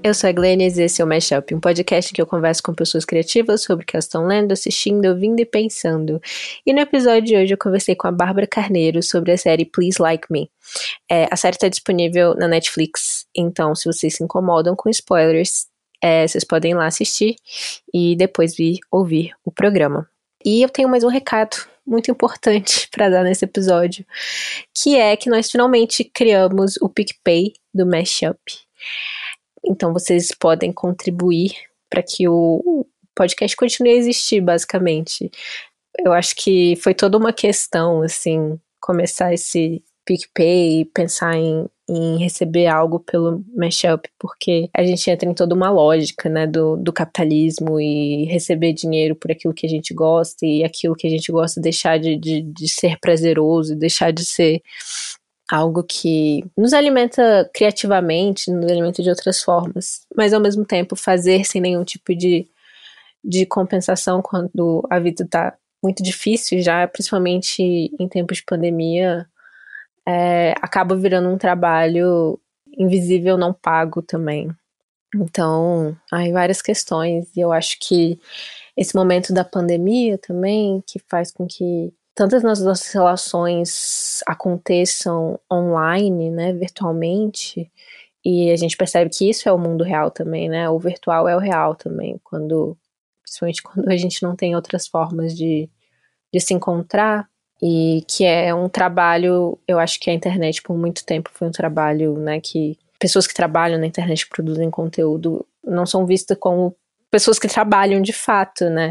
eu sou a Glênis e esse é o Mashup, um podcast em que eu converso com pessoas criativas sobre o que elas estão lendo, assistindo, ouvindo e pensando. E no episódio de hoje eu conversei com a Bárbara Carneiro sobre a série Please Like Me. A série está disponível na Netflix, então se vocês se incomodam com spoilers, vocês podem ir lá assistir e depois vir ouvir o programa. E eu tenho mais um recado muito importante para dar nesse episódio, que é que nós finalmente criamos o PicPay do Mashup. Então vocês podem contribuir para que o podcast continue a existir, basicamente. Eu acho que foi toda uma questão, assim, começar esse PicPay, pensar em receber algo pelo Mashup, porque a gente entra em toda uma lógica, né, do capitalismo e receber dinheiro por aquilo que a gente gosta e aquilo que a gente gosta deixar de ser prazeroso, deixar de ser algo que nos alimenta criativamente, nos alimenta de outras formas, mas ao mesmo tempo fazer sem nenhum tipo de compensação quando a vida tá muito difícil já, principalmente em tempos de pandemia, acaba virando um trabalho invisível, não pago também. Então, há várias questões, e eu acho que esse momento da pandemia também, que faz com que tantas das nossas relações aconteçam online, né, virtualmente, e a gente percebe que isso é o mundo real também, né, o virtual é o real também, principalmente quando a gente não tem outras formas de se encontrar, e que é um trabalho, eu acho que a internet por muito tempo foi um trabalho, né, que pessoas que trabalham na internet, que produzem conteúdo, não são vistas como pessoas que trabalham de fato, né,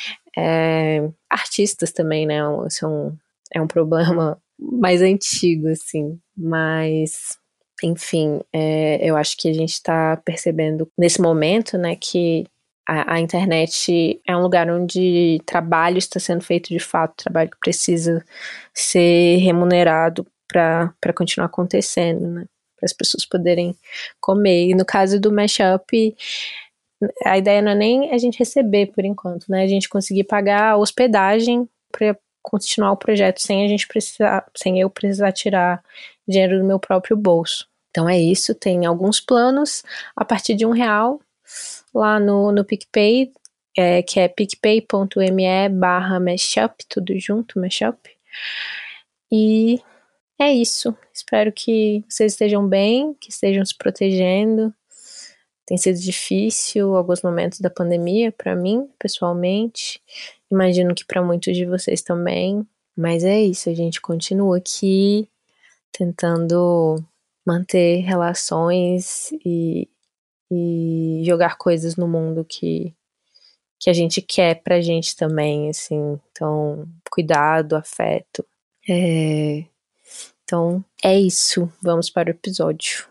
artistas também, né, é um problema mais antigo, assim, mas, enfim, eu acho que a gente está percebendo nesse momento, né, que a internet é um lugar onde trabalho está sendo feito de fato, trabalho que precisa ser remunerado para continuar acontecendo, né, para as pessoas poderem comer. E no caso do Mashup, a ideia não é nem a gente receber por enquanto, né? A gente conseguir pagar a hospedagem para continuar o projeto sem eu precisar tirar dinheiro do meu próprio bolso. Então é isso, tem alguns planos a partir de R$1 lá no PicPay, que é picpay.me/mashup, tudo junto, Mashup. E é isso. Espero que vocês estejam bem, que estejam se protegendo. Tem sido difícil alguns momentos da pandemia para mim, pessoalmente. Imagino que para muitos de vocês também. Mas é isso, a gente continua aqui tentando manter relações e jogar coisas no mundo que a gente quer pra gente também, assim. Então, cuidado, afeto. Então, é isso. Vamos para o episódio.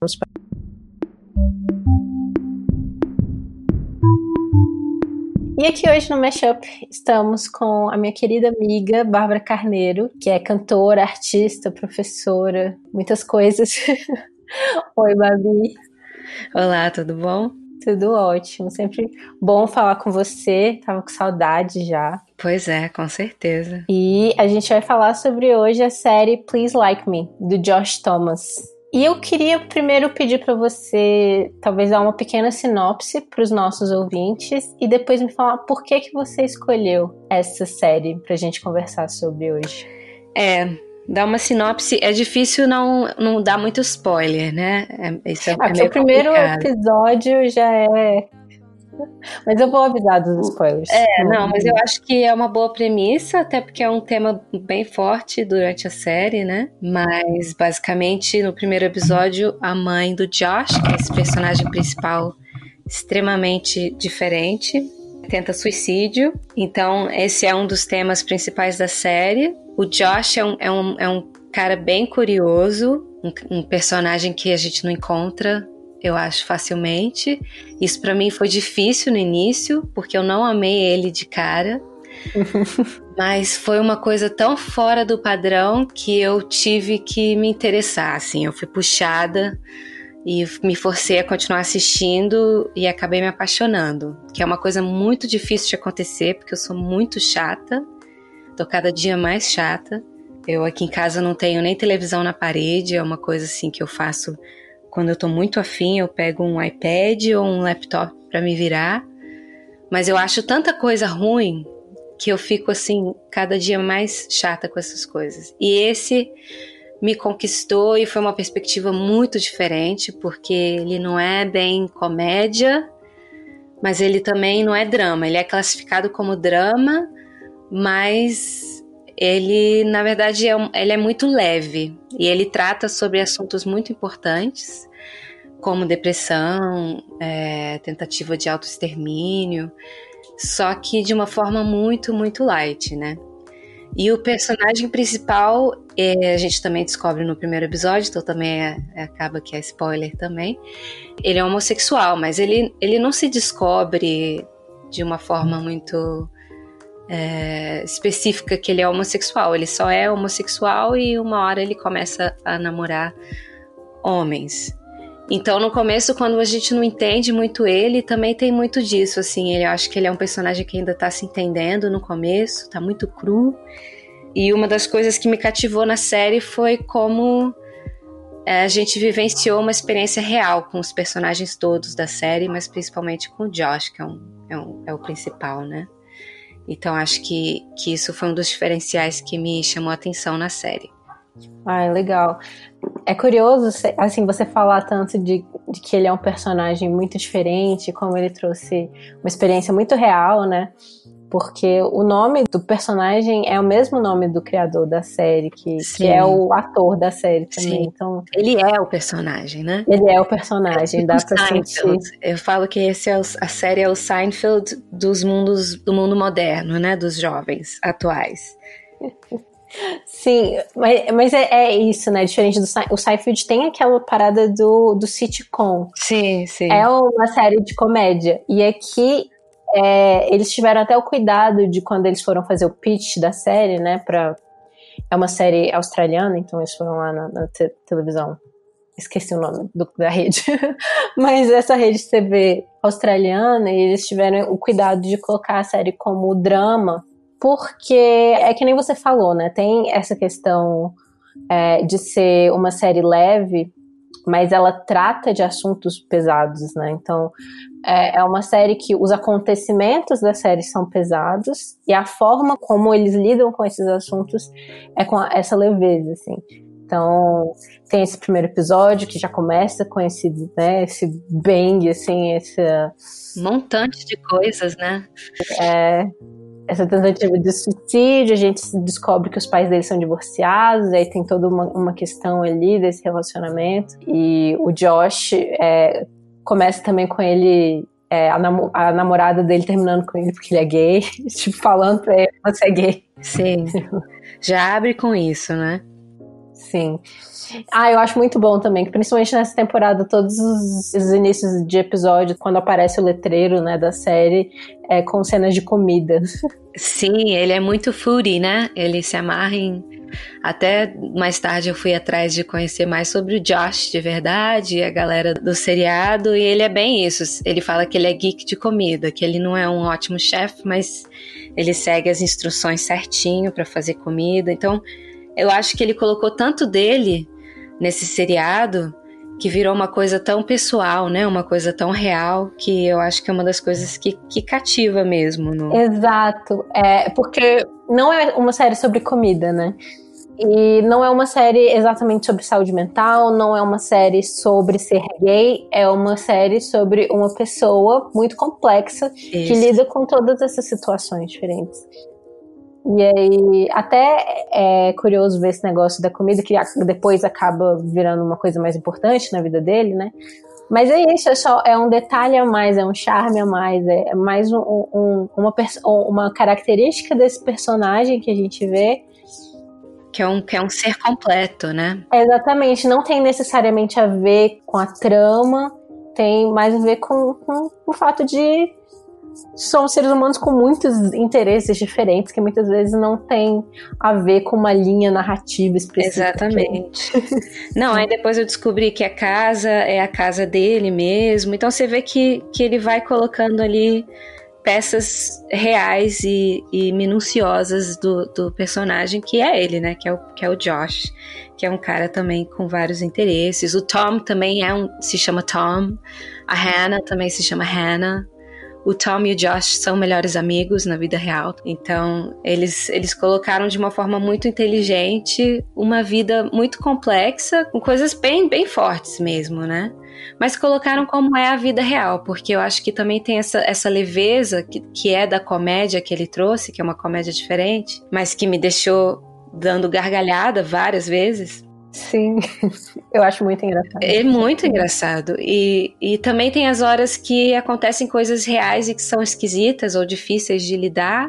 E aqui hoje no Mashup estamos com a minha querida amiga Bárbara Carneiro, que é cantora, artista, professora, muitas coisas. Oi, Babi. Olá, tudo bom? Tudo ótimo, sempre bom falar com você, tava com saudade já. Pois é, com certeza. E a gente vai falar sobre hoje a série Please Like Me, do Josh Thomas. E eu queria primeiro pedir para você talvez dar uma pequena sinopse para os nossos ouvintes e depois me falar por que você escolheu essa série pra gente conversar sobre hoje. Dar uma sinopse é difícil não dar muito spoiler, né? Isso é porque meio o primeiro complicado. episódio já é... Mas eu vou avisar dos spoilers. Mas eu acho que é uma boa premissa, até porque é um tema bem forte durante a série, né? Mas, basicamente, no primeiro episódio, a mãe do Josh, que é esse personagem principal extremamente diferente, tenta suicídio. Então, esse é um dos temas principais da série. O Josh é um cara bem curioso, um personagem que a gente não encontra, eu acho, facilmente. Isso pra mim foi difícil no início, porque eu não amei ele de cara. Mas foi uma coisa tão fora do padrão que eu tive que me interessar, assim. Eu fui puxada e me forcei a continuar assistindo e acabei me apaixonando, que é uma coisa muito difícil de acontecer, porque eu sou muito chata, tô cada dia mais chata. Eu aqui em casa não tenho nem televisão na parede, é uma coisa assim que eu faço quando eu tô muito afim, eu pego um iPad ou um laptop pra me virar. Mas eu acho tanta coisa ruim que eu fico assim, cada dia mais chata com essas coisas. E esse me conquistou e foi uma perspectiva muito diferente, porque ele não é bem comédia, mas ele também não é drama. Ele é classificado como drama, mas ele, na verdade, ele é muito leve. E ele trata sobre assuntos muito importantes, como depressão, tentativa de autoextermínio, só que de uma forma muito, muito light, né? E o personagem principal, a gente também descobre no primeiro episódio, então também acaba que é spoiler também. Ele é homossexual, mas ele não se descobre de uma forma muito específica que ele é homossexual. Ele só é homossexual e uma hora ele começa a namorar homens. Então, no começo, quando a gente não entende muito ele, também tem muito disso, assim. Eu acho que ele é um personagem que ainda tá se entendendo no começo, tá muito cru. E uma das coisas que me cativou na série foi como a gente vivenciou uma experiência real com os personagens todos da série, mas principalmente com o Josh, que é o principal, né? Então, acho que isso foi um dos diferenciais que me chamou a atenção na série. Ah, legal. É curioso, assim, você falar tanto de que ele é um personagem muito diferente, como ele trouxe uma experiência muito real, né? Porque o nome do personagem é o mesmo nome do criador da série, que é o ator da série também. Sim. Então, ele é o personagem, né? Ele é o personagem, dá pra sentir. Eu falo que a série é o Seinfeld do mundo moderno, né? Dos jovens atuais. Sim, mas é isso, né? Diferente o Seinfeld tem aquela parada do sitcom. Sim, sim. É uma série de comédia. E aqui eles tiveram até o cuidado de quando eles foram fazer o pitch da série, né? É uma série australiana, então eles foram lá na televisão. Esqueci o nome da rede. Mas essa rede de TV australiana, e eles tiveram o cuidado de colocar a série como drama. Porque é que nem você falou, né? Tem essa questão de ser uma série leve, mas ela trata de assuntos pesados, né? Então, é uma série que os acontecimentos da série são pesados e a forma como eles lidam com esses assuntos é com essa leveza, assim. Então, tem esse primeiro episódio que já começa com esse bang, assim, esse montante de coisas, né? Essa tentativa de suicídio, a gente descobre que os pais deles são divorciados, aí tem toda uma questão ali desse relacionamento. E o Josh começa também com ele, a namorada dele terminando com ele porque ele é gay, tipo, falando pra ele, você é gay. Sim, já abre com isso, né? Sim. Eu acho muito bom também, que principalmente nessa temporada, todos os inícios de episódio, quando aparece o letreiro, né, da série, com cenas de comida. Sim, ele é muito foodie, né? Ele se amarra em... Até mais tarde eu fui atrás de conhecer mais sobre o Josh de verdade, a galera do seriado, e ele é bem isso. Ele fala que ele é geek de comida, que ele não é um ótimo chefe, mas ele segue as instruções certinho pra fazer comida. Então, eu acho que ele colocou tanto dele nesse seriado que virou uma coisa tão pessoal, né? Uma coisa tão real, que eu acho que é uma das coisas que cativa mesmo. Exato. Porque não é uma série sobre comida, né? E não é uma série exatamente sobre saúde mental, não é uma série sobre ser gay, é uma série sobre uma pessoa muito complexa que lida com todas essas situações diferentes. E aí, até é curioso ver esse negócio da comida, que depois acaba virando uma coisa mais importante na vida dele, né? Mas é isso, é um detalhe a mais, é um charme a mais, é mais uma característica desse personagem que a gente vê. Que é um ser completo, né? Exatamente, não tem necessariamente a ver com a trama, tem mais a ver com o fato de somos seres humanos com muitos interesses diferentes que muitas vezes não tem a ver com uma linha narrativa específica. Exatamente. Não, aí depois eu descobri que a casa é a casa dele mesmo. Então você vê que ele vai colocando ali peças reais e minuciosas do personagem, que é ele, né? Que é o Josh, que é um cara também com vários interesses. O Tom também se chama Tom. A Hannah também se chama Hannah. O Tom e o Josh são melhores amigos na vida real. Então, eles colocaram de uma forma muito inteligente uma vida muito complexa, com coisas bem, bem fortes mesmo, né? Mas colocaram como é a vida real, porque eu acho que também tem essa leveza que é da comédia que ele trouxe, que é uma comédia diferente, mas que me deixou dando gargalhada várias vezes. Sim, eu acho muito engraçado. É muito engraçado. E também tem as horas que acontecem coisas reais e que são esquisitas ou difíceis de lidar,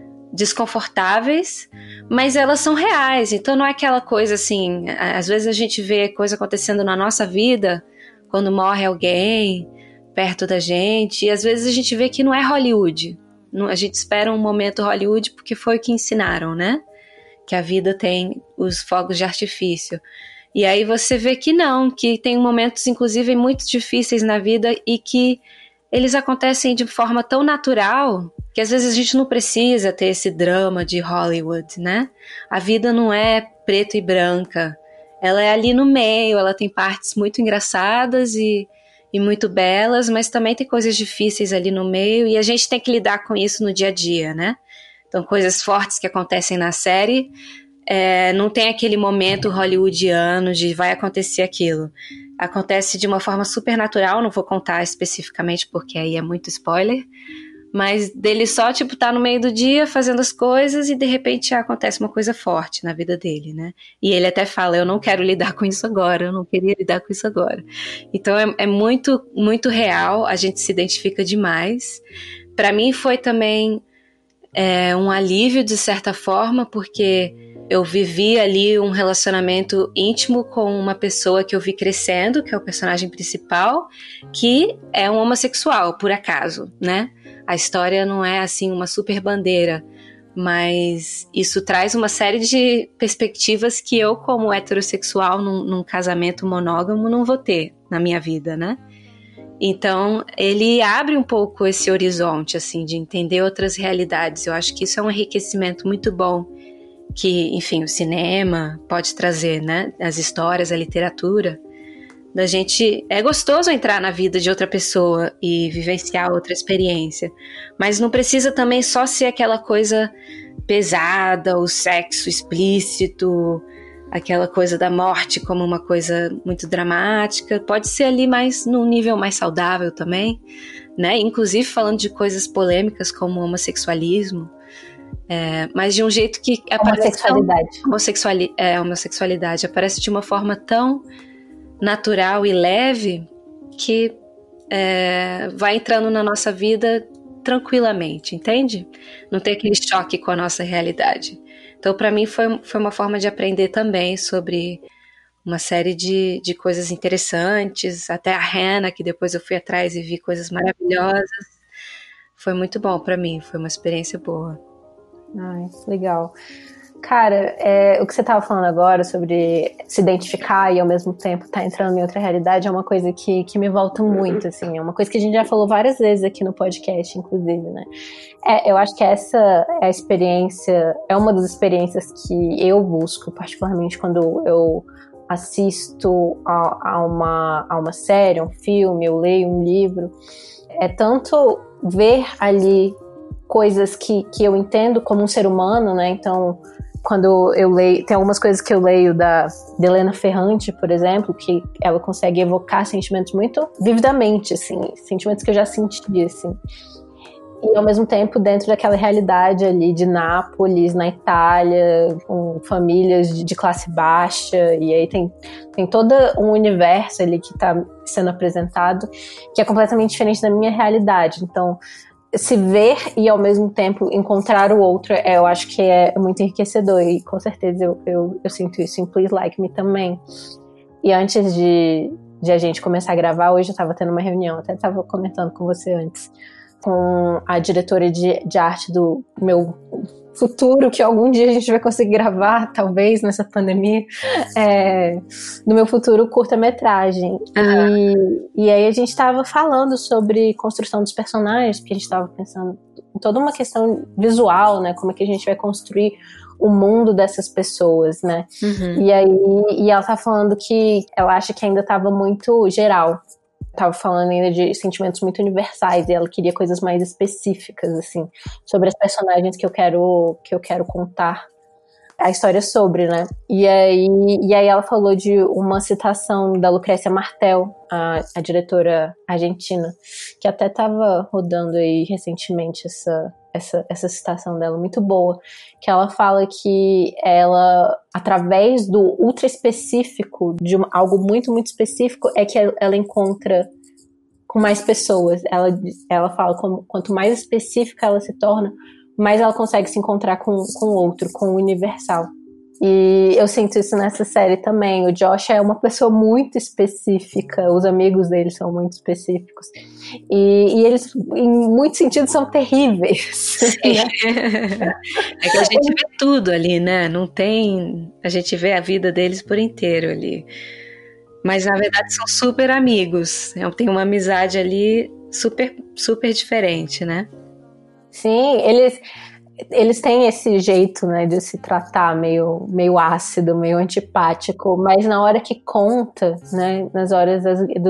desconfortáveis, mas elas são reais. Então não é aquela coisa assim, às vezes a gente vê coisa acontecendo na nossa vida, quando morre alguém perto da gente, e às vezes a gente vê que não é Hollywood. A gente espera um momento Hollywood porque foi o que ensinaram, né? Que a vida tem os fogos de artifício. E aí você vê que não, que tem momentos, inclusive, muito difíceis na vida e que eles acontecem de forma tão natural que às vezes a gente não precisa ter esse drama de Hollywood, né? A vida não é preto e branca. Ela é ali no meio, ela tem partes muito engraçadas e muito belas, mas também tem coisas difíceis ali no meio e a gente tem que lidar com isso no dia a dia, né? Então, coisas fortes que acontecem na série, não tem aquele momento hollywoodiano de vai acontecer aquilo. Acontece de uma forma super natural, não vou contar especificamente porque aí é muito spoiler, mas dele só, tá no meio do dia fazendo as coisas e de repente acontece uma coisa forte na vida dele, né? E ele até fala, eu não quero lidar com isso agora, eu não queria lidar com isso agora. Então é muito, muito real, a gente se identifica demais. Para mim foi também um alívio de certa forma, porque eu vivi ali um relacionamento íntimo com uma pessoa que eu vi crescendo, que é o personagem principal, que é um homossexual, por acaso, né? A história não é assim uma super bandeira, mas isso traz uma série de perspectivas que eu, como heterossexual num casamento monógamo, não vou ter na minha vida, né? Então, ele abre um pouco esse horizonte, assim, de entender outras realidades. Eu acho que isso é um enriquecimento muito bom que, enfim, o cinema pode trazer, né? As histórias, a literatura. Da gente... É gostoso entrar na vida de outra pessoa e vivenciar outra experiência. Mas não precisa também só ser aquela coisa pesada, o sexo explícito, aquela coisa da morte como uma coisa muito dramática, pode ser ali mais num nível mais saudável também, né? Inclusive falando de coisas polêmicas como homossexualismo, mas de um jeito que aparece homossexualidade aparece de uma forma tão natural e leve que vai entrando na nossa vida tranquilamente, entende? Não tem aquele choque com a nossa realidade. Então, para mim, foi uma forma de aprender também sobre uma série de coisas interessantes. Até a Hannah, que depois eu fui atrás e vi coisas maravilhosas. Foi muito bom para mim, foi uma experiência boa. Ai, legal. Cara, o que você estava falando agora sobre se identificar e ao mesmo tempo estar entrando em outra realidade é uma coisa que me volta muito, assim, é uma coisa que a gente já falou várias vezes aqui no podcast, inclusive, né? Eu acho que essa é a experiência, é uma das experiências que eu busco, particularmente quando eu assisto a uma série, um filme, eu leio um livro, é tanto ver ali coisas que eu entendo como um ser humano, né? Então, quando eu leio, tem algumas coisas que eu leio da Helena Ferrante, por exemplo, que ela consegue evocar sentimentos muito vividamente, assim, sentimentos que eu já senti, assim. E ao mesmo tempo dentro daquela realidade ali de Nápoles, na Itália, com famílias de classe baixa, e aí tem todo um universo ali que está sendo apresentado, que é completamente diferente da minha realidade. Então, se ver e ao mesmo tempo encontrar o outro, eu acho que é muito enriquecedor, e com certeza eu sinto isso em Please Like Me também. E antes de a gente começar a gravar, hoje eu estava tendo uma reunião, até estava comentando com você antes, com a diretora de arte do meu futuro, que algum dia a gente vai conseguir gravar, talvez, nessa pandemia, no meu futuro curta-metragem. E aí a gente estava falando sobre construção dos personagens, porque a gente estava pensando em toda uma questão visual, né? Como é que a gente vai construir o mundo dessas pessoas, né? E ela tá falando que ela acha que ainda estava muito geral. Tava falando ainda de sentimentos muito universais, e ela queria coisas mais específicas, assim, sobre as personagens que eu quero contar a história sobre, né? E aí ela falou de uma citação da Lucrécia Martel, a diretora argentina, que até tava rodando aí recentemente essa citação dela, muito boa, que ela fala que ela, através do ultra específico, de algo muito, muito específico, é que ela encontra com mais pessoas. Ela fala, quanto mais específica ela se torna, mais ela consegue se encontrar com o outro, com o universal. E eu sinto isso nessa série também. O Josh é uma pessoa muito específica, os amigos dele são muito específicos. E eles, em muitos sentidos, são terríveis. Né? É que a gente vê tudo ali, né? Não tem... A gente vê a vida deles por inteiro ali. Mas, na verdade, são super amigos. Tem uma amizade ali super, super diferente, né? Sim, eles têm esse jeito, né, de se tratar meio ácido, meio antipático, mas na hora que conta, né, nas horas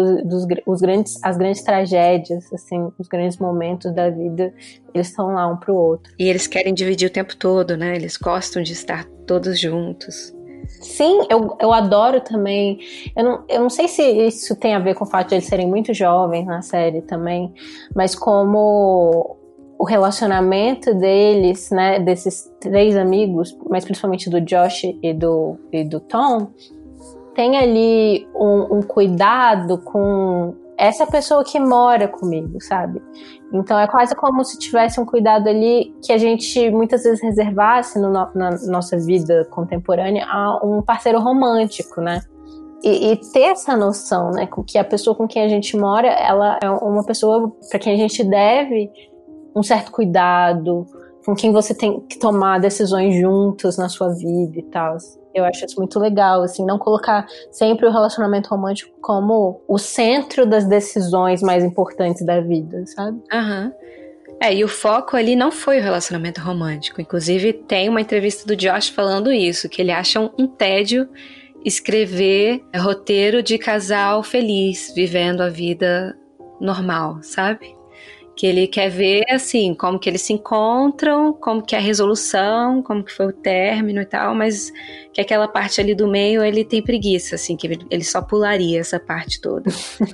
as grandes tragédias, assim, os grandes momentos da vida, eles estão lá um pro outro. E eles querem dividir o tempo todo, né? Eles gostam de estar todos juntos. Sim, eu adoro também. Eu não sei se isso tem a ver com o fato de eles serem muito jovens na série também, mas como o relacionamento deles, né, desses três amigos, mas principalmente do Josh e do Tom, tem ali um cuidado com essa pessoa que mora comigo, sabe? Então é quase como se tivesse um cuidado ali que a gente muitas vezes reservasse na nossa vida contemporânea a um parceiro romântico, né? E ter essa noção, né, que a pessoa com quem a gente mora, ela é uma pessoa para quem a gente deve um certo cuidado, com quem você tem que tomar decisões juntos na sua vida e tal. Eu acho isso muito legal, assim, não colocar sempre o relacionamento romântico como o centro das decisões mais importantes da vida, sabe? Aham. E o foco ali não foi o relacionamento romântico. Inclusive, tem uma entrevista do Josh falando isso, que ele acha um tédio escrever roteiro de casal feliz, vivendo a vida normal, sabe? Que ele quer ver, assim, como que eles se encontram, como que é a resolução, como que foi o término e tal, mas que aquela parte ali do meio ele tem preguiça, assim, que ele só pularia essa parte toda.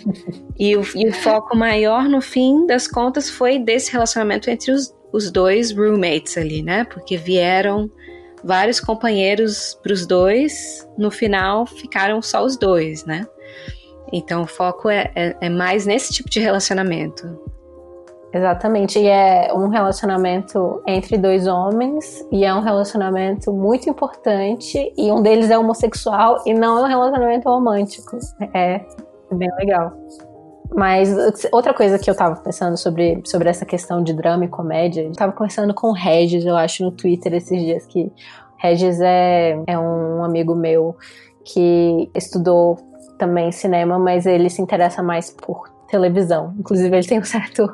E o foco maior, no fim das contas, foi desse relacionamento entre os dois roommates ali, né? Porque vieram vários companheiros pros dois, no final ficaram só os dois, né? Então o foco é mais nesse tipo de relacionamento. Exatamente, e é um relacionamento entre dois homens, e é um relacionamento muito importante, e um deles é homossexual, e não é um relacionamento romântico. É bem legal. Mas outra coisa que eu tava pensando sobre essa questão de drama e comédia, eu tava conversando com o Regis, eu acho, no Twitter esses dias, que o Regis é um amigo meu que estudou também cinema, mas ele se interessa mais por televisão. Inclusive, ele tem um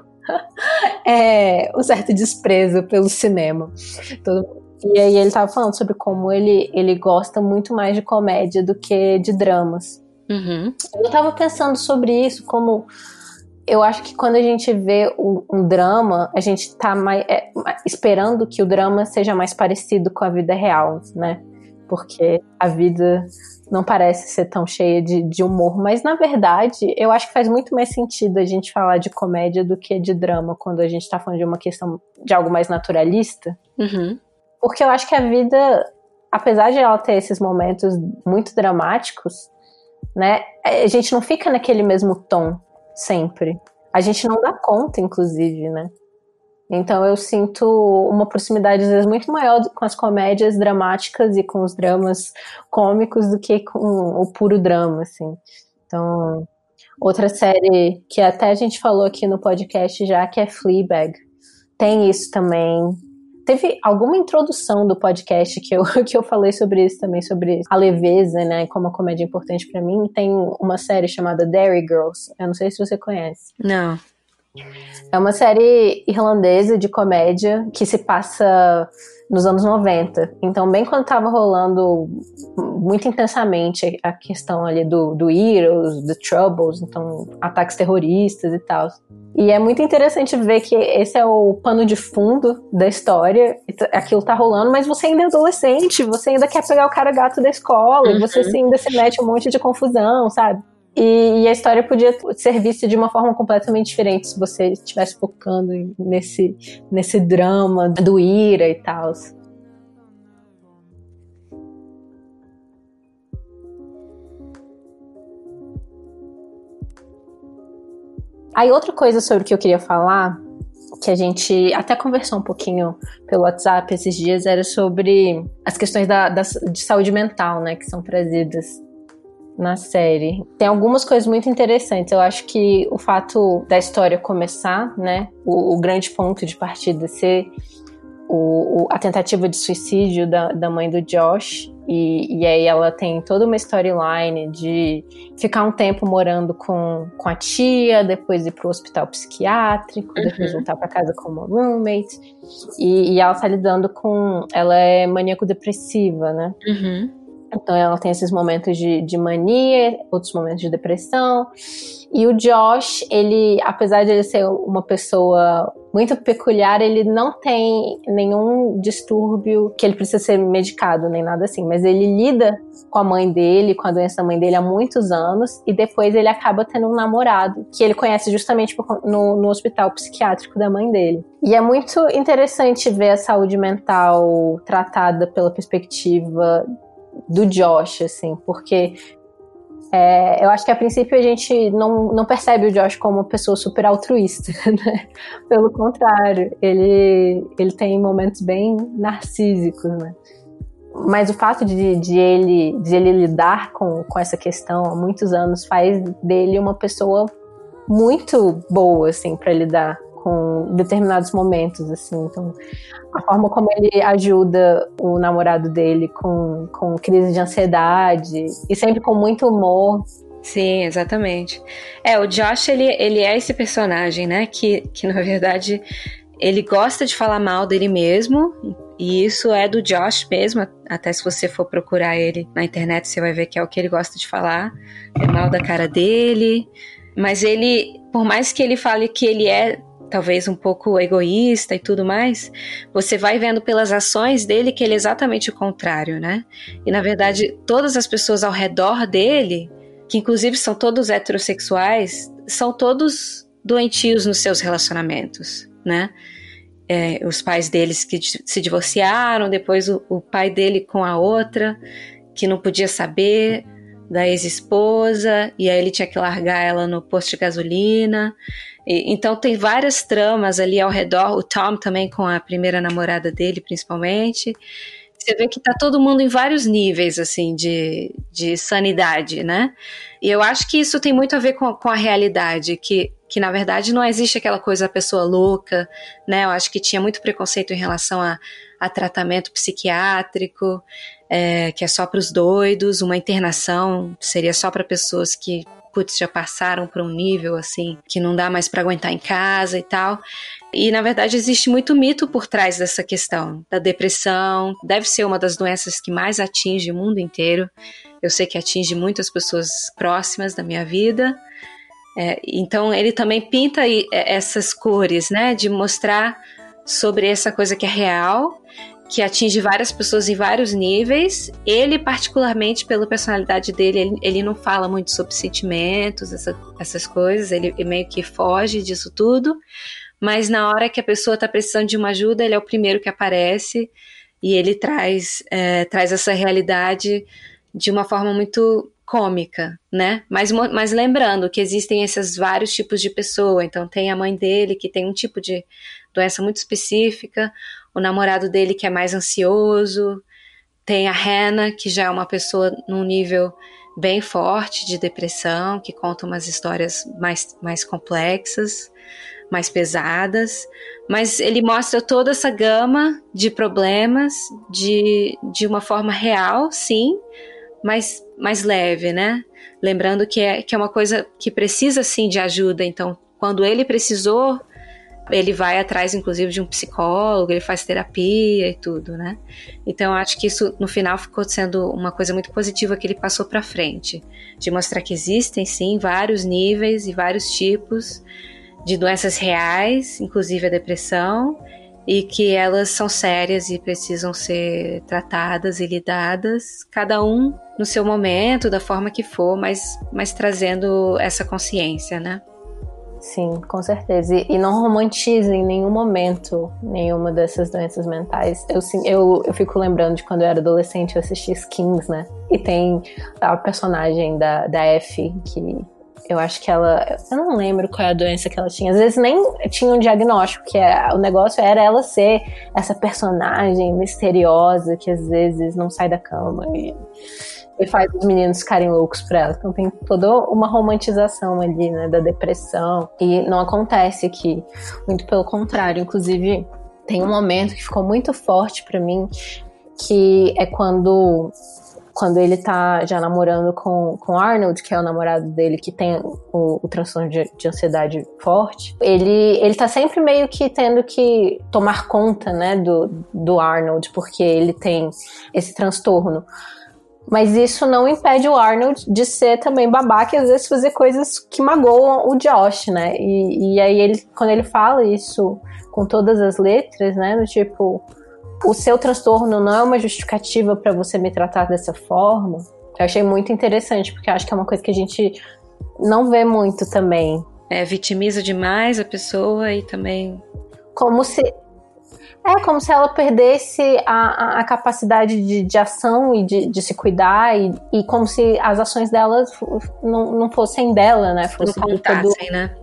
certo desprezo pelo cinema. E aí ele tava falando sobre como ele gosta muito mais de comédia do que de dramas. Uhum. Eu tava pensando sobre isso, como eu acho que quando a gente vê um drama, a gente tá esperando que o drama seja mais parecido com a vida real, né? Porque a vida não parece ser tão cheia de humor, mas na verdade eu acho que faz muito mais sentido a gente falar de comédia do que de drama quando a gente tá falando de uma questão de algo mais naturalista. Uhum. Porque eu acho que a vida, apesar de ela ter esses momentos muito dramáticos, né, a gente não fica naquele mesmo tom sempre. A gente não dá conta, inclusive, né? Então eu sinto uma proximidade às vezes muito maior com as comédias dramáticas e com os dramas cômicos do que com o puro drama, assim. Então, Outra série que até a gente falou aqui no podcast já, que é Fleabag. Tem isso também. Teve alguma introdução do podcast que eu falei sobre isso também, sobre a leveza, né, como a comédia é importante pra mim. Tem uma série chamada Derry Girls, eu não sei se você conhece. Não. É uma série irlandesa de comédia que se passa nos anos 90. Então, bem quando tava rolando muito intensamente a questão ali do Heroes, do Troubles, então ataques terroristas e tal. E é muito interessante ver que esse é o pano de fundo da história, aquilo tá rolando, mas você ainda é adolescente, você ainda quer pegar o cara gato da escola, e você ainda se mete um monte de confusão, sabe? E a história podia ser vista de uma forma completamente diferente se você estivesse focando nesse drama do ira e tal. Aí outra coisa sobre o que eu queria falar, que a gente até conversou um pouquinho pelo WhatsApp esses dias, era sobre as questões de saúde mental, né, que são trazidas na série. Tem algumas coisas muito interessantes. Eu acho que o fato da história começar, né, o grande ponto de partida ser a tentativa de suicídio da mãe do Josh, e aí ela tem toda uma storyline de ficar um tempo morando com a tia, depois ir pro hospital psiquiátrico, depois voltar para casa com uma roommate, e ela tá lidando com... Ela é maníaco-depressiva, né? Então ela tem esses momentos de mania, outros momentos de depressão. E o Josh, ele, apesar de ele ser uma pessoa muito peculiar, ele não tem nenhum distúrbio que ele precisa ser medicado, nem nada assim. Mas ele lida com a mãe dele, com a doença da mãe dele há muitos anos. E depois ele acaba tendo um namorado, que ele conhece justamente no hospital psiquiátrico da mãe dele. E é muito interessante ver a saúde mental tratada pela perspectiva do Josh, assim, porque eu acho que a princípio a gente não percebe o Josh como uma pessoa super altruísta, né? Pelo contrário, ele tem momentos bem narcísicos, né? Mas o fato de ele lidar com essa questão há muitos anos faz dele uma pessoa muito boa, assim, para lidar com determinados momentos, assim. Então, a forma como ele ajuda o namorado dele com crise de ansiedade, e sempre com muito humor. Sim, exatamente. O Josh, ele é esse personagem, né, que na verdade ele gosta de falar mal dele mesmo, e isso é do Josh mesmo. Até se você for procurar ele na internet, você vai ver que é o que ele gosta de falar, é mal da cara dele. Mas ele, por mais que ele fale que ele é talvez um pouco egoísta e tudo mais, você vai vendo pelas ações dele que ele é exatamente o contrário, né? E na verdade, todas as pessoas ao redor dele, que inclusive são todos heterossexuais, são todos doentios nos seus relacionamentos, né? Os pais deles que se divorciaram, depois o pai dele com a outra, que não podia saber da ex-esposa, e aí ele tinha que largar ela no posto de gasolina. Então tem várias tramas ali ao redor, o Tom também com a primeira namorada dele, principalmente. Você vê que tá todo mundo em vários níveis, assim, de sanidade, né? E eu acho que isso tem muito a ver com a realidade, que na verdade não existe aquela coisa da pessoa louca, né? Eu acho que tinha muito preconceito em relação a tratamento psiquiátrico, que é só para os doidos, uma internação seria só para pessoas que já passaram para um nível assim que não dá mais para aguentar em casa e tal. E na verdade existe muito mito por trás dessa questão da depressão. Deve ser uma das doenças que mais atinge o mundo inteiro. Eu sei que atinge muitas pessoas próximas da minha vida. Então ele também pinta essas cores, né, de mostrar sobre essa coisa que é real, que atinge várias pessoas em vários níveis. Ele, particularmente, pela personalidade dele, ele não fala muito sobre sentimentos, essas coisas, ele meio que foge disso tudo, mas na hora que a pessoa está precisando de uma ajuda, ele é o primeiro que aparece, e ele traz essa realidade de uma forma muito cômica, né? Mas lembrando que existem esses vários tipos de pessoa. Então tem a mãe dele, que tem um tipo de doença muito específica, o namorado dele que é mais ansioso, tem a Hannah, que já é uma pessoa num nível bem forte de depressão, que conta umas histórias mais complexas, mais pesadas, mas ele mostra toda essa gama de problemas de uma forma real, sim, mas mais leve, né? Lembrando que é uma coisa que precisa, sim, de ajuda. Então, quando ele precisou, ele vai atrás, inclusive, de um psicólogo, ele faz terapia e tudo, né? Então, acho que isso, no final, ficou sendo uma coisa muito positiva que ele passou para frente, de mostrar que existem, sim, vários níveis e vários tipos de doenças reais, inclusive a depressão, e que elas são sérias e precisam ser tratadas e lidadas, cada um no seu momento, da forma que for, mas trazendo essa consciência, né? Sim, com certeza. E não romantiza em nenhum momento nenhuma dessas doenças mentais. Eu fico lembrando de quando eu era adolescente, eu assisti Skins, né? E tem a personagem da F, que eu acho que ela... Eu não lembro qual é a doença que ela tinha. Às vezes nem tinha um diagnóstico, que o negócio era ela ser essa personagem misteriosa que às vezes não sai da cama e faz os meninos ficarem loucos por ela. Então tem toda uma romantização ali, né, da depressão. E não acontece aqui. Muito pelo contrário. Inclusive, tem um momento que ficou muito forte pra mim, que é quando ele tá já namorando com Arnold, que é o namorado dele, que tem o transtorno de ansiedade forte. Ele tá sempre meio que tendo que tomar conta, né, do Arnold, porque ele tem esse transtorno. Mas isso não impede o Arnold de ser também babaca e às vezes fazer coisas que magoam o Josh, né? E aí quando ele fala isso com todas as letras, né, do tipo, o seu transtorno não é uma justificativa para você me tratar dessa forma, eu achei muito interessante, porque eu acho que é uma coisa que a gente não vê muito também. Vitimiza demais a pessoa e também... Como se ela perdesse a capacidade de ação e de se cuidar, e como se as ações dela não fossem dela, né? Não contassem, né?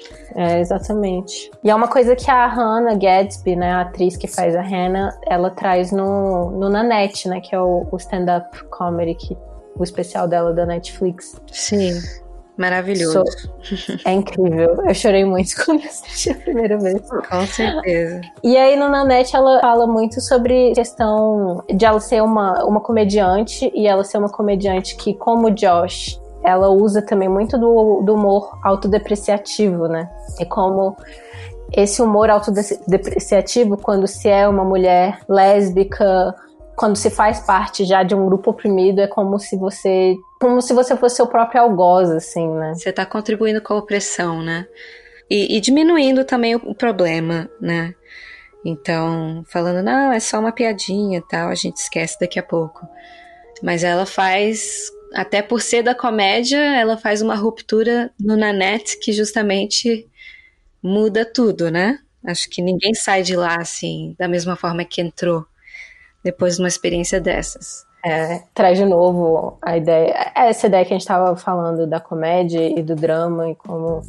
Exatamente. E é uma coisa que a Hannah Gadsby, né, a atriz que faz a Hannah, ela traz no Nanette, né, que é o stand-up comedy, o especial dela da Netflix. Sim. Maravilhoso. É incrível. Eu chorei muito quando assisti a primeira vez. Com certeza. E aí no Nanette ela fala muito sobre a questão de ela ser uma comediante, e ela ser uma comediante que, como o Josh, ela usa também muito do humor autodepreciativo, né? E como esse humor autodepreciativo, quando se é uma mulher lésbica, quando se faz parte já de um grupo oprimido, é como se você fosse seu próprio algoz, assim, né? Você tá contribuindo com a opressão, né? E diminuindo também o problema, né? Então, falando, não, é só uma piadinha e tal, a gente esquece daqui a pouco. Mas ela faz, até por ser da comédia, ela faz uma ruptura no Nanette que justamente muda tudo, né? Acho que ninguém sai de lá, assim, da mesma forma que entrou, depois de uma experiência dessas. Traz de novo a ideia, essa ideia que a gente estava falando da comédia e do drama, e como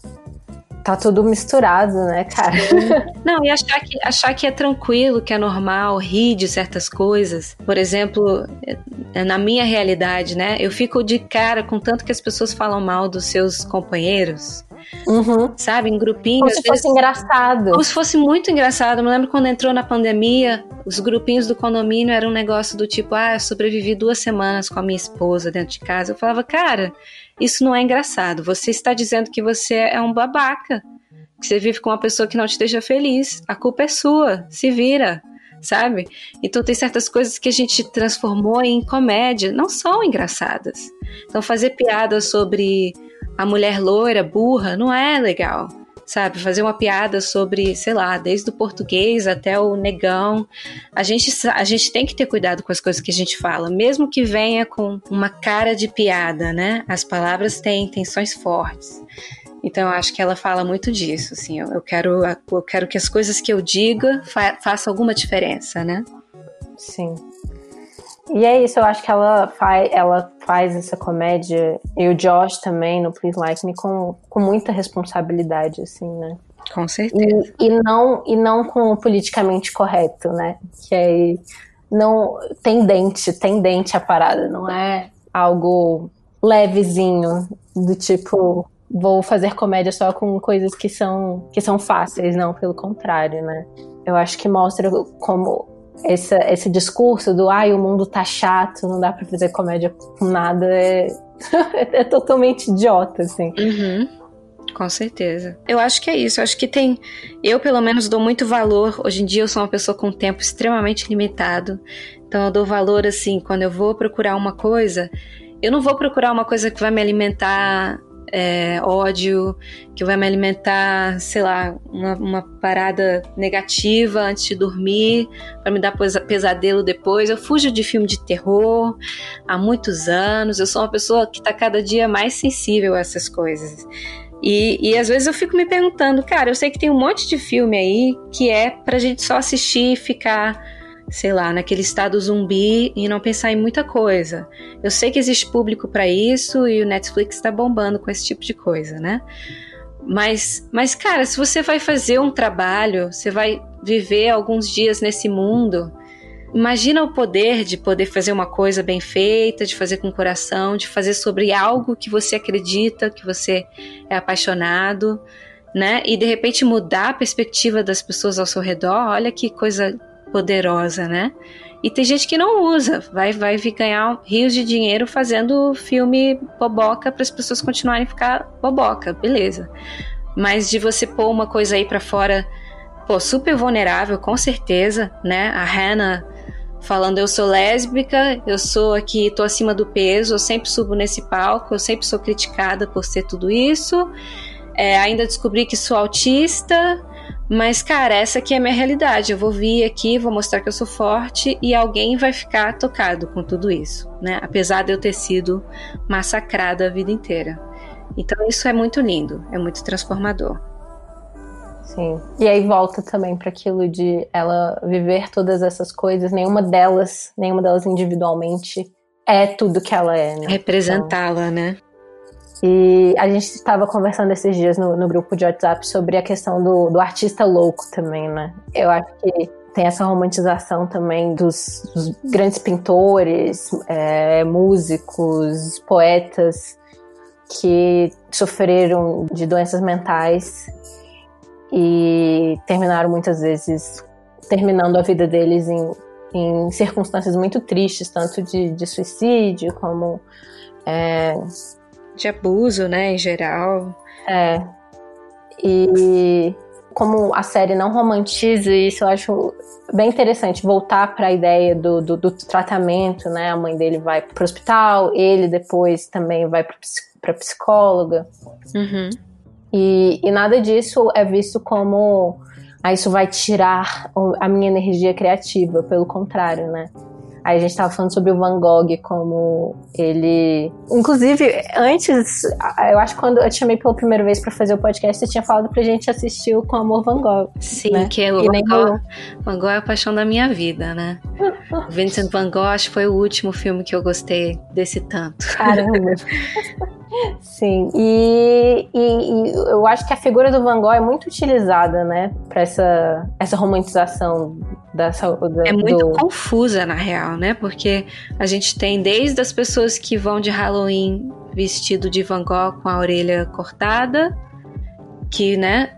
tá tudo misturado, né, cara? Não, e achar que é tranquilo, que é normal, rir de certas coisas. Por exemplo, na minha realidade, né, eu fico de cara com tanto que as pessoas falam mal dos seus companheiros. Uhum. Sabe, em grupinhos. Como se fosse engraçado. Como se fosse muito engraçado. Eu me lembro quando entrou na pandemia, os grupinhos do condomínio eram um negócio do tipo, eu sobrevivi 2 semanas com a minha esposa dentro de casa. Eu falava, cara, isso não é engraçado. Você está dizendo que você é um babaca, que você vive com uma pessoa que não te deixa feliz. A culpa é sua, se vira, sabe? Então tem certas coisas que a gente transformou em comédia, não são engraçadas. Então fazer piada sobre a mulher loira, burra, não é legal, sabe? Fazer uma piada sobre, sei lá, desde o português até o negão. A gente tem que ter cuidado com as coisas que a gente fala, mesmo que venha com uma cara de piada, né? As palavras têm intenções fortes. Então eu acho que ela fala muito disso, assim, eu quero que as coisas que eu diga façam alguma diferença, né? Sim. E é isso, eu acho que ela faz essa comédia, e o Josh também, no Please Like Me, com muita responsabilidade, assim, né? Com certeza. E não com o politicamente correto, né? Que aí não tem dente a parada, não é algo levezinho, do tipo, vou fazer comédia só com coisas que são fáceis, não, pelo contrário, né? Eu acho que mostra como esse discurso do o mundo tá chato, não dá pra fazer comédia com nada, é totalmente idiota, assim. Uhum. Com certeza. Eu acho que é isso. Eu acho que eu, pelo menos, dou muito valor. Hoje em dia, eu sou uma pessoa com tempo extremamente limitado. Então, eu dou valor, assim, quando eu vou procurar uma coisa, eu não vou procurar uma coisa que vai me alimentar ódio, que vai me alimentar, sei lá, uma parada negativa antes de dormir, para me dar pesadelo depois. Eu fujo de filme de terror há muitos anos. Eu sou uma pessoa que está cada dia mais sensível a essas coisas. E às vezes eu fico me perguntando, cara, eu sei que tem um monte de filme aí que é pra gente só assistir e ficar, sei lá, naquele estado zumbi e não pensar em muita coisa. Eu sei que existe público pra isso e o Netflix tá bombando com esse tipo de coisa, né? Mas, cara, se você vai fazer um trabalho, você vai viver alguns dias nesse mundo, imagina o poder de poder fazer uma coisa bem feita, de fazer com coração, de fazer sobre algo que você acredita, que você é apaixonado, né? E de repente mudar a perspectiva das pessoas ao seu redor. Olha que coisa poderosa, né? E tem gente que não usa, vai ganhar rios de dinheiro fazendo filme boboca para as pessoas continuarem a ficar boboca, beleza. Mas de você pôr uma coisa aí para fora, pô, super vulnerável, com certeza, né? A Hannah falando, eu sou lésbica, eu sou aqui, tô acima do peso, eu sempre subo nesse palco, eu sempre sou criticada por ser tudo isso, ainda descobri que sou autista, mas, cara, essa aqui é a minha realidade, eu vou vir aqui, vou mostrar que eu sou forte e alguém vai ficar tocado com tudo isso, né? Apesar de eu ter sido massacrada a vida inteira. Então isso é muito lindo, é muito transformador. Sim. E aí volta também para aquilo de ela viver todas essas coisas, nenhuma delas individualmente é tudo que ela é, né? Representá-la, então, né? E a gente estava conversando esses dias no grupo de WhatsApp sobre a questão do artista louco também, né? Eu acho que tem essa romantização também dos grandes pintores, músicos, poetas que sofreram de doenças mentais e terminaram muitas vezes terminando a vida deles em circunstâncias muito tristes, tanto de suicídio como de abuso, né, em geral. E como a série não romantiza isso, eu acho bem interessante voltar para a ideia do tratamento, né? A mãe dele vai para o hospital, ele depois também vai para psicóloga. Uhum. E nada disso é visto como isso vai tirar a minha energia criativa, pelo contrário, né? Aí a gente tava falando sobre o Van Gogh, como ele... Inclusive, antes, eu acho que quando eu te chamei pela primeira vez pra fazer o podcast, você tinha falado pra gente assistir o Com Amor Van Gogh. Sim, né? que é o Van Gogh é a paixão da minha vida, né? Vincent Van Gogh acho que foi o último filme que eu gostei desse tanto. Caramba! Sim, e eu acho que a figura do Van Gogh é muito utilizada, né, para essa romantização da saúde. É muito confusa, na real, né, porque a gente tem desde as pessoas que vão de Halloween vestido de Van Gogh com a orelha cortada, que, né,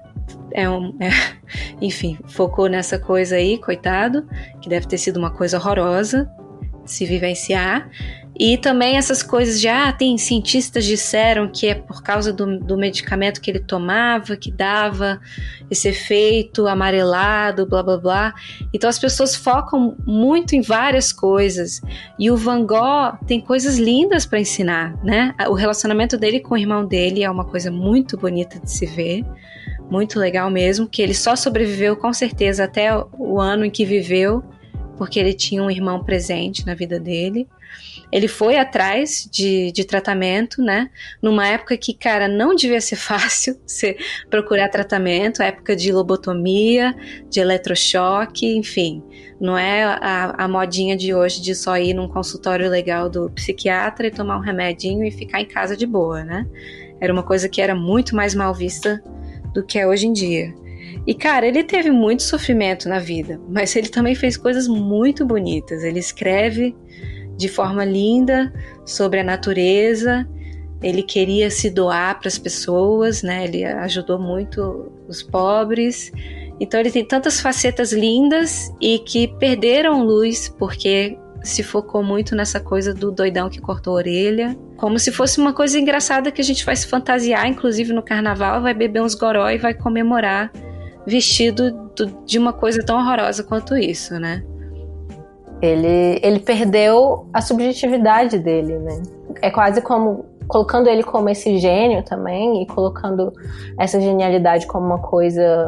enfim, focou nessa coisa aí, coitado, que deve ter sido uma coisa horrorosa de se vivenciar. E também essas coisas de, tem cientistas disseram que é por causa do medicamento que ele tomava, que dava esse efeito amarelado, blá blá blá. Então as pessoas focam muito em várias coisas. E o Van Gogh tem coisas lindas para ensinar, né? O relacionamento dele com o irmão dele é uma coisa muito bonita de se ver. Muito legal mesmo, que ele só sobreviveu com certeza até o ano em que viveu, porque ele tinha um irmão presente na vida dele. Ele foi atrás de tratamento, né? Numa época que, cara, não devia ser fácil você procurar tratamento, época de lobotomia, de eletrochoque, enfim. Não é a modinha de hoje de só ir num consultório legal do psiquiatra e tomar um remedinho e ficar em casa de boa, né? Era uma coisa que era muito mais mal vista do que é hoje em dia. E, cara, ele teve muito sofrimento na vida, mas ele também fez coisas muito bonitas. Ele escreve de forma linda sobre a natureza. Ele queria se doar para as pessoas, né? Ele ajudou muito os pobres. Então ele tem tantas facetas lindas e que perderam luz porque se focou muito nessa coisa do doidão que cortou a orelha. Como se fosse uma coisa engraçada que a gente vai se fantasiar, inclusive no carnaval, vai beber uns goró e vai comemorar vestido de uma coisa tão horrorosa quanto isso, né? Ele perdeu a subjetividade dele, né? É quase como colocando ele como esse gênio também e colocando essa genialidade como uma coisa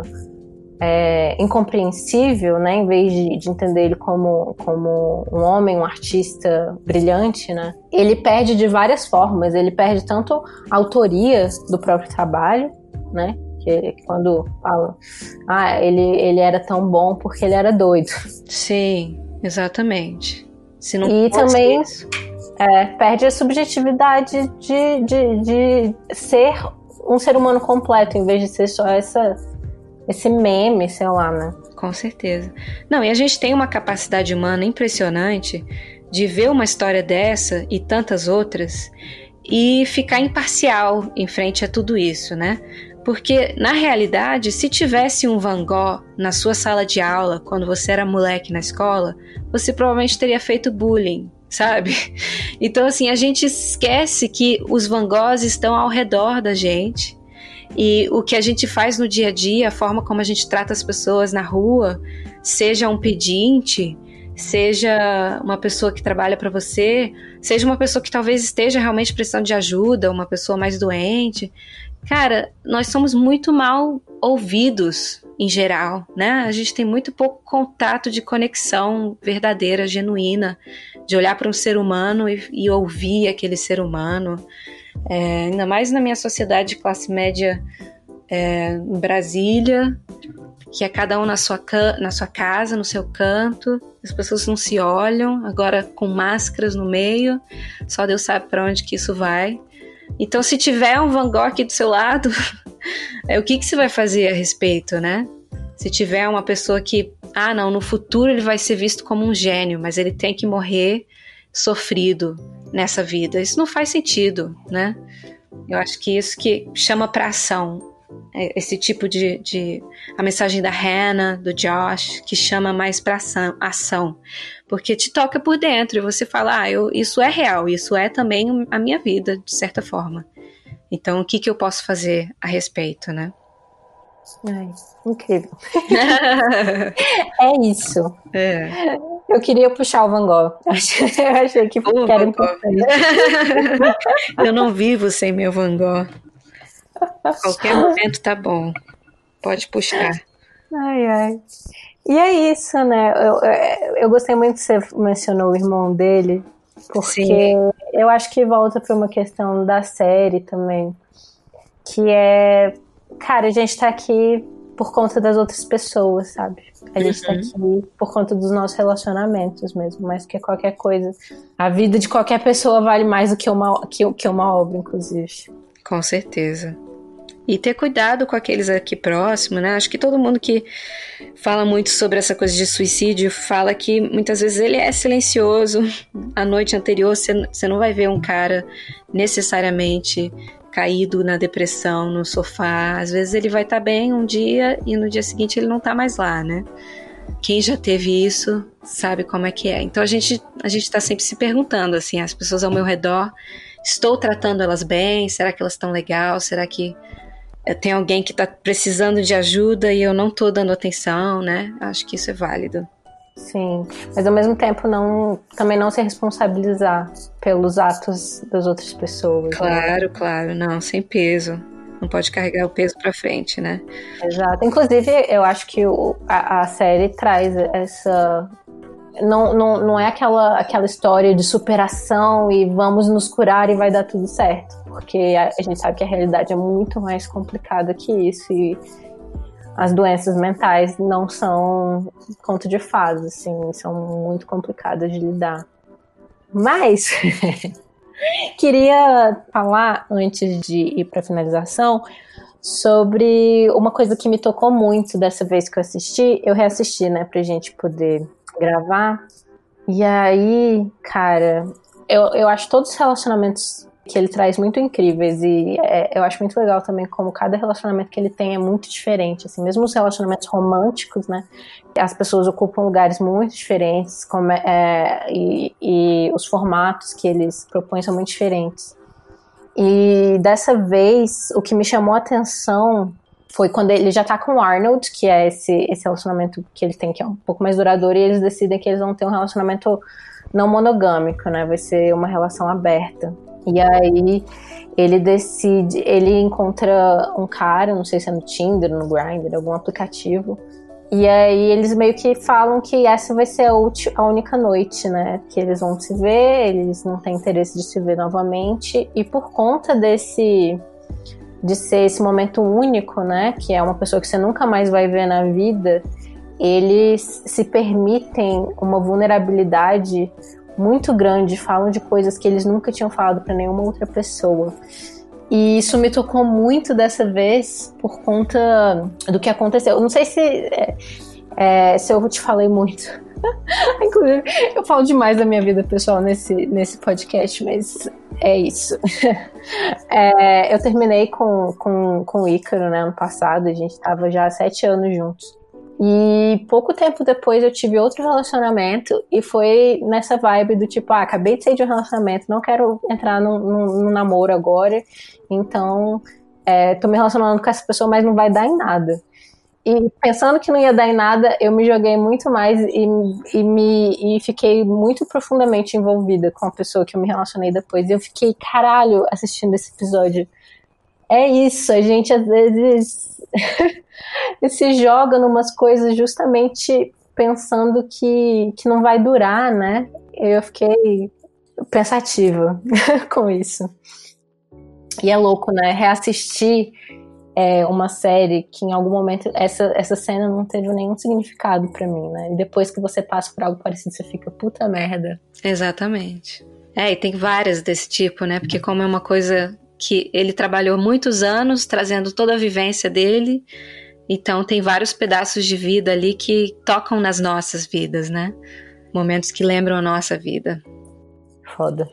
incompreensível, né? Em vez de entender ele como um homem, um artista brilhante, né? Ele perde de várias formas. Ele perde tanto a autoria do próprio trabalho, né? Que quando fala, ele era tão bom porque ele era doido. Sim, exatamente. Se não e fosse também isso... perde a subjetividade de ser um ser humano completo, em vez de ser só esse meme, sei lá, né? Com certeza. Não, e a gente tem uma capacidade humana impressionante de ver uma história dessa e tantas outras e ficar imparcial em frente a tudo isso, né? Porque, na realidade, se tivesse um Van Gogh na sua sala de aula, quando você era moleque na escola, você provavelmente teria feito bullying, sabe? Então, assim, a gente esquece que os Van Goghs estão ao redor da gente e o que a gente faz no dia a dia, a forma como a gente trata as pessoas na rua, seja um pedinte, seja uma pessoa que trabalha para você, seja uma pessoa que talvez esteja realmente precisando de ajuda, uma pessoa mais doente. Cara, nós somos muito mal ouvidos em geral, né? A gente tem muito pouco contato de conexão verdadeira, genuína, de olhar para um ser humano e ouvir aquele ser humano. Ainda mais na minha sociedade de classe média em Brasília, que é cada um na sua casa, no seu canto, as pessoas não se olham, agora com máscaras no meio, só Deus sabe para onde que isso vai. Então, se tiver um Van Gogh aqui do seu lado, o que você vai fazer a respeito, né? Se tiver uma pessoa que, não, no futuro ele vai ser visto como um gênio, mas ele tem que morrer sofrido nessa vida. Isso não faz sentido, né? Eu acho que isso que chama para ação. Esse tipo a mensagem da Hannah, do Josh, que chama mais para ação. Porque te toca por dentro e você fala, isso é real, isso é também a minha vida, de certa forma. Então, o que eu posso fazer a respeito, né? Incrível. É isso. Eu queria puxar o Van Gogh. Eu achei que era importante. Eu não vivo sem meu Van Gogh. Qualquer momento tá bom. Pode puxar. E é isso, né? Eu gostei muito que você mencionou o irmão dele, porque Sim. Eu acho que volta para uma questão da série também, que é, cara, a gente tá aqui por conta das outras pessoas, sabe? A gente tá aqui por conta dos nossos relacionamentos mesmo, mais que qualquer coisa. A vida de qualquer pessoa vale mais do que uma obra, inclusive. Com certeza. E ter cuidado com aqueles aqui próximos, né? Acho que todo mundo que fala muito sobre essa coisa de suicídio fala que muitas vezes ele é silencioso. A noite anterior você não vai ver um cara necessariamente caído na depressão, no sofá. Às vezes ele vai estar bem um dia e no dia seguinte ele não tá mais lá, né? Quem já teve isso sabe como é que é. Então a gente tá sempre se perguntando, assim, as pessoas ao meu redor, estou tratando elas bem? Será que elas estão legal? Será que tem alguém que está precisando de ajuda e eu não estou dando atenção, né? Acho que isso é válido. Sim, mas ao mesmo tempo também não se responsabilizar pelos atos das outras pessoas. Claro, né? Claro, não, sem peso. Não pode carregar o peso para frente, né? Exato. Inclusive, eu acho que a série traz essa... Não é aquela história de superação e vamos nos curar e vai dar tudo certo. Porque a gente sabe que a realidade é muito mais complicada que isso e as doenças mentais não são conto de fadas, assim, são muito complicadas de lidar. Mas queria falar, antes de ir para a finalização, sobre uma coisa que me tocou muito dessa vez que eu assisti. Eu reassisti, né, pra gente poder gravar. E aí, cara, eu acho todos os relacionamentos que ele traz muito incríveis, e eu acho muito legal também como cada relacionamento que ele tem é muito diferente, assim, mesmo os relacionamentos românticos, né, as pessoas ocupam lugares muito diferentes, e os formatos que eles propõem são muito diferentes. E dessa vez, o que me chamou a atenção foi quando ele já tá com o Arnold, que é esse relacionamento que ele tem, que é um pouco mais duradouro, e eles decidem que eles vão ter um relacionamento não monogâmico, né, vai ser uma relação aberta. E aí ele encontra um cara, não sei se é no Tinder, no Grindr, algum aplicativo, e aí eles meio que falam que essa vai ser a única noite, né, que eles vão se ver, eles não têm interesse de se ver novamente, e por conta de ser esse momento único, né, que é uma pessoa que você nunca mais vai ver na vida, eles se permitem uma vulnerabilidade muito grande, falam de coisas que eles nunca tinham falado para nenhuma outra pessoa. E isso me tocou muito dessa vez por conta do que aconteceu. Eu não sei se eu te falei muito. Inclusive, eu falo demais da minha vida pessoal nesse podcast, mas é isso. Eu terminei com o Ícaro, né, ano passado. A gente tava já há 7 anos juntos. E pouco tempo depois eu tive outro relacionamento e foi nessa vibe do tipo, acabei de sair de um relacionamento, não quero entrar num namoro agora, então tô me relacionando com essa pessoa, mas não vai dar em nada. E pensando que não ia dar em nada, eu me joguei muito mais e fiquei muito profundamente envolvida com a pessoa que eu me relacionei depois. E eu fiquei, caralho, assistindo esse episódio. É isso, a gente às vezes se joga numas coisas justamente pensando que não vai durar, né? Eu fiquei pensativa com isso. E é louco, né? Reassistir uma série que em algum momento essa cena não teve nenhum significado pra mim, né? E depois que você passa por algo parecido, você fica, puta merda. Exatamente. E tem várias desse tipo, né? Porque como é uma coisa que ele trabalhou muitos anos, trazendo toda a vivência dele, então tem vários pedaços de vida ali que tocam nas nossas vidas, né? Momentos que lembram a nossa vida. Foda.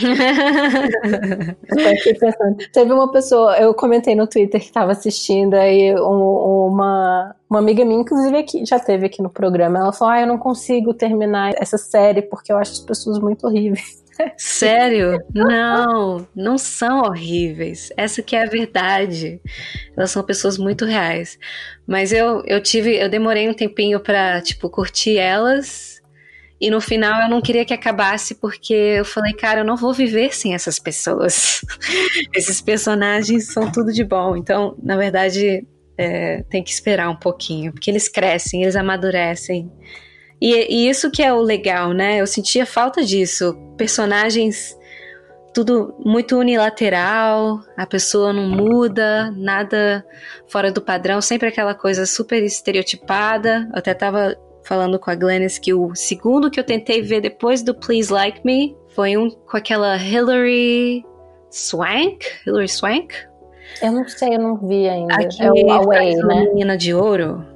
Teve uma pessoa, eu comentei no Twitter que estava assistindo, aí uma amiga minha, inclusive aqui, já teve aqui no programa, ela falou, eu não consigo terminar essa série porque eu acho as pessoas muito horríveis. Sério? Não são horríveis. Essa que é a verdade. Elas são pessoas muito reais. Mas eu demorei um tempinho pra, curtir elas. E no final eu não queria que acabasse porque eu falei, cara, eu não vou viver sem essas pessoas. Esses personagens são tudo de bom. Então, na verdade, tem que esperar um pouquinho. Porque eles crescem, eles amadurecem. E isso que é o legal, né? Eu sentia falta disso. Personagens, tudo muito unilateral, a pessoa não muda, nada fora do padrão, sempre aquela coisa super estereotipada. Eu até tava falando com a Glennis que o segundo que eu tentei ver depois do Please Like Me foi um com aquela Hilary Swank? Eu não sei, eu não vi ainda. É o Away, né? Menina de Ouro.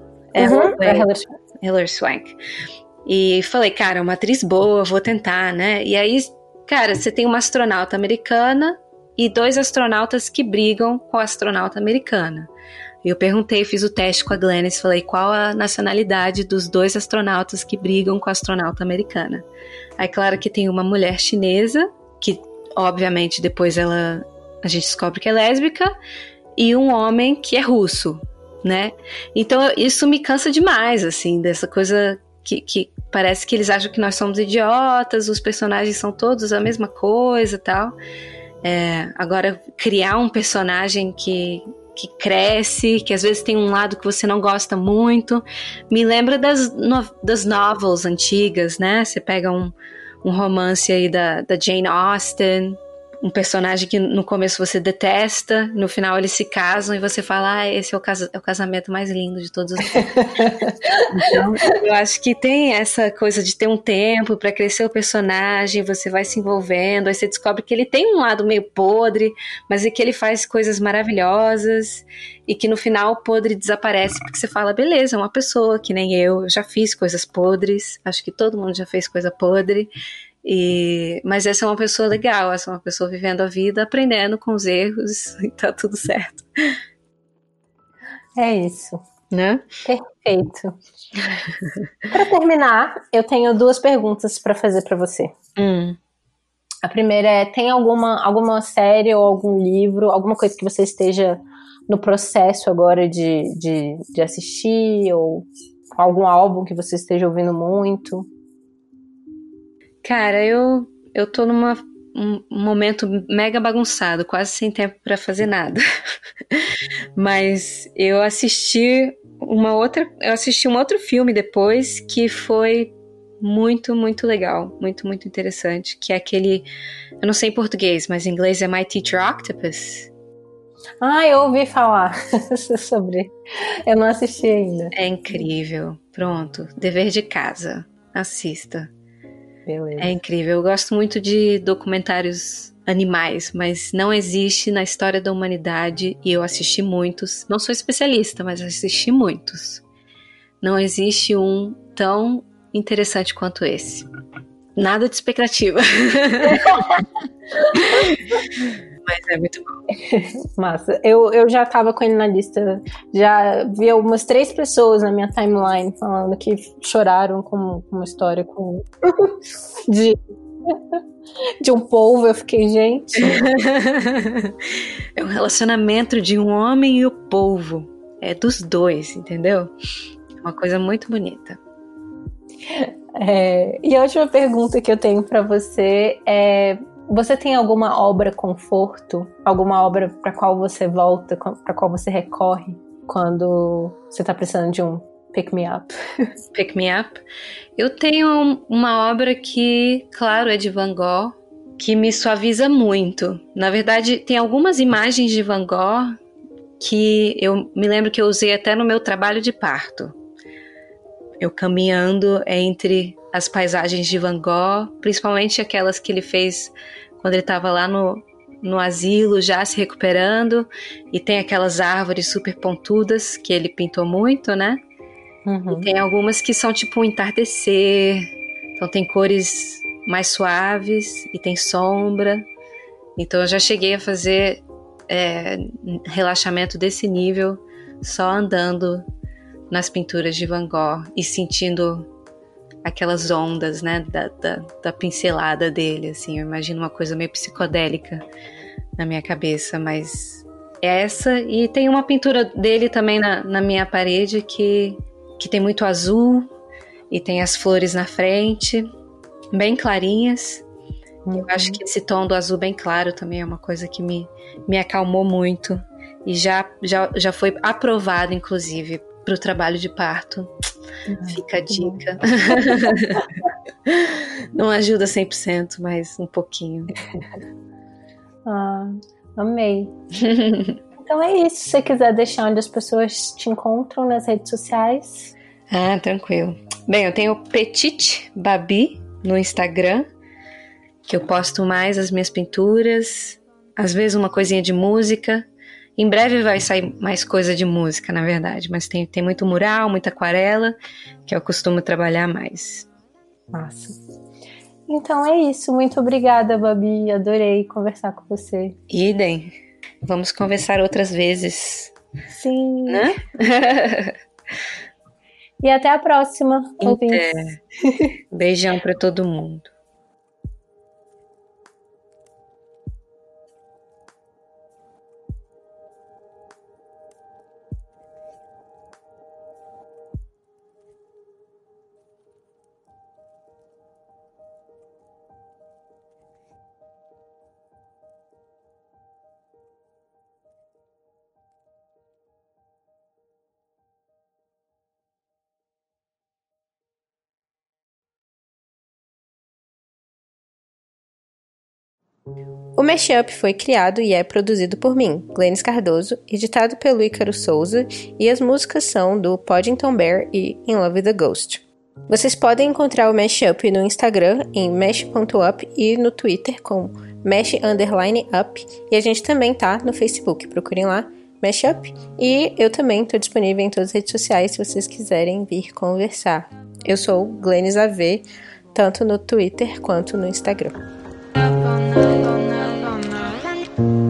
Hilary Swank. E falei, cara, uma atriz boa, vou tentar, né? E aí, cara, você tem uma astronauta americana e 2 astronautas que brigam com a astronauta americana. E eu perguntei, fiz o teste com a Glennis, falei qual a nacionalidade dos 2 astronautas que brigam com a astronauta americana. Aí, claro que tem uma mulher chinesa, que obviamente depois a gente descobre que é lésbica, e um homem que é russo, né? Então isso me cansa demais, assim, dessa coisa que parece que eles acham que nós somos idiotas, os personagens são todos a mesma coisa e tal. Agora, criar um personagem que cresce, que às vezes tem um lado que você não gosta muito, me lembra das novels antigas, né? Você pega um romance aí da Jane Austen, um personagem que no começo você detesta, no final eles se casam e você fala, esse é o casamento mais lindo de todos os tempos. Então, eu acho que tem essa coisa de ter um tempo para crescer o personagem, você vai se envolvendo, aí você descobre que ele tem um lado meio podre, mas é que ele faz coisas maravilhosas. e que no final o podre desaparece, porque você fala, beleza, é uma pessoa que nem eu já fiz coisas podres, acho que todo mundo já fez coisa podre, mas essa é uma pessoa legal, essa é uma pessoa vivendo a vida, aprendendo com os erros, e tá tudo certo. É isso. Né? Perfeito. Para terminar, eu tenho 2 perguntas para fazer para você. A primeira é, tem alguma série ou algum livro, alguma coisa que você esteja no processo agora de assistir, ou algum álbum que você esteja ouvindo muito? Cara, eu tô um momento mega bagunçado, quase sem tempo para fazer nada. Mas eu assisti um outro filme depois que foi muito, muito legal, muito, muito interessante, que é aquele, eu não sei em português, mas em inglês é My Teacher Octopus. Eu ouvi falar sobre, eu não assisti ainda. É incrível, pronto, dever de casa, assista. Beleza. É incrível, eu gosto muito de documentários animais, mas não existe na história da humanidade, e eu assisti muitos, não sou especialista, mas assisti muitos. Não existe um tão interessante quanto esse. Nada de expectativa. Mas é muito bom. Massa. Eu já tava com ele na lista. Já vi algumas 3 pessoas na minha timeline falando que choraram com uma história de um polvo. Eu fiquei, gente. É um relacionamento de um homem e o polvo. É dos dois, entendeu? É uma coisa muito bonita. E a última pergunta que eu tenho pra você é: você tem alguma obra conforto? Alguma obra pra qual você volta, pra qual você recorre quando você tá precisando de um pick me up? Pick me up? Eu tenho uma obra que, claro, é de Van Gogh, que me suaviza muito. Na verdade, tem algumas imagens de Van Gogh que eu me lembro que eu usei até no meu trabalho de parto. Eu caminhando entre as paisagens de Van Gogh, principalmente aquelas que ele fez quando ele estava lá no asilo, já se recuperando, e tem aquelas árvores super pontudas que ele pintou muito, né? Uhum. E tem algumas que são tipo um entardecer, então tem cores mais suaves e tem sombra. Então eu já cheguei a fazer relaxamento desse nível só andando nas pinturas de Van Gogh e sentindo aquelas ondas, né, da pincelada dele, assim. Eu imagino uma coisa meio psicodélica na minha cabeça, mas é essa. E tem uma pintura dele também na minha parede que tem muito azul e tem as flores na frente, bem clarinhas. Eu acho que esse tom do azul bem claro também é uma coisa que me acalmou muito e já foi aprovado, inclusive, para o trabalho de parto. Fica a dica. Não ajuda 100%, mas um pouquinho. Amei. Então é isso. Se você quiser deixar onde as pessoas te encontram nas redes sociais. Tranquilo. Bem, eu tenho Petite Babi no Instagram, que eu posto mais as minhas pinturas, às vezes uma coisinha de música. Em breve vai sair mais coisa de música, na verdade, mas tem muito mural, muita aquarela, que eu costumo trabalhar mais. Massa. Então é isso. Muito obrigada, Babi. Adorei conversar com você. Idem. Vamos conversar outras vezes. Sim. Né? E até a próxima. Beijão para todo mundo. O Mashup foi criado e é produzido por mim, Glennis Cardoso, editado pelo Ícaro Souza, e as músicas são do Poddington Bear e In Love with a Ghost. Vocês podem encontrar o Mashup no Instagram em mesh.up e no Twitter com mesh_up, e a gente também tá no Facebook, procurem lá, Mashup. E eu também estou disponível em todas as redes sociais se vocês quiserem vir conversar. Eu sou Glennis AV, tanto no Twitter quanto no Instagram.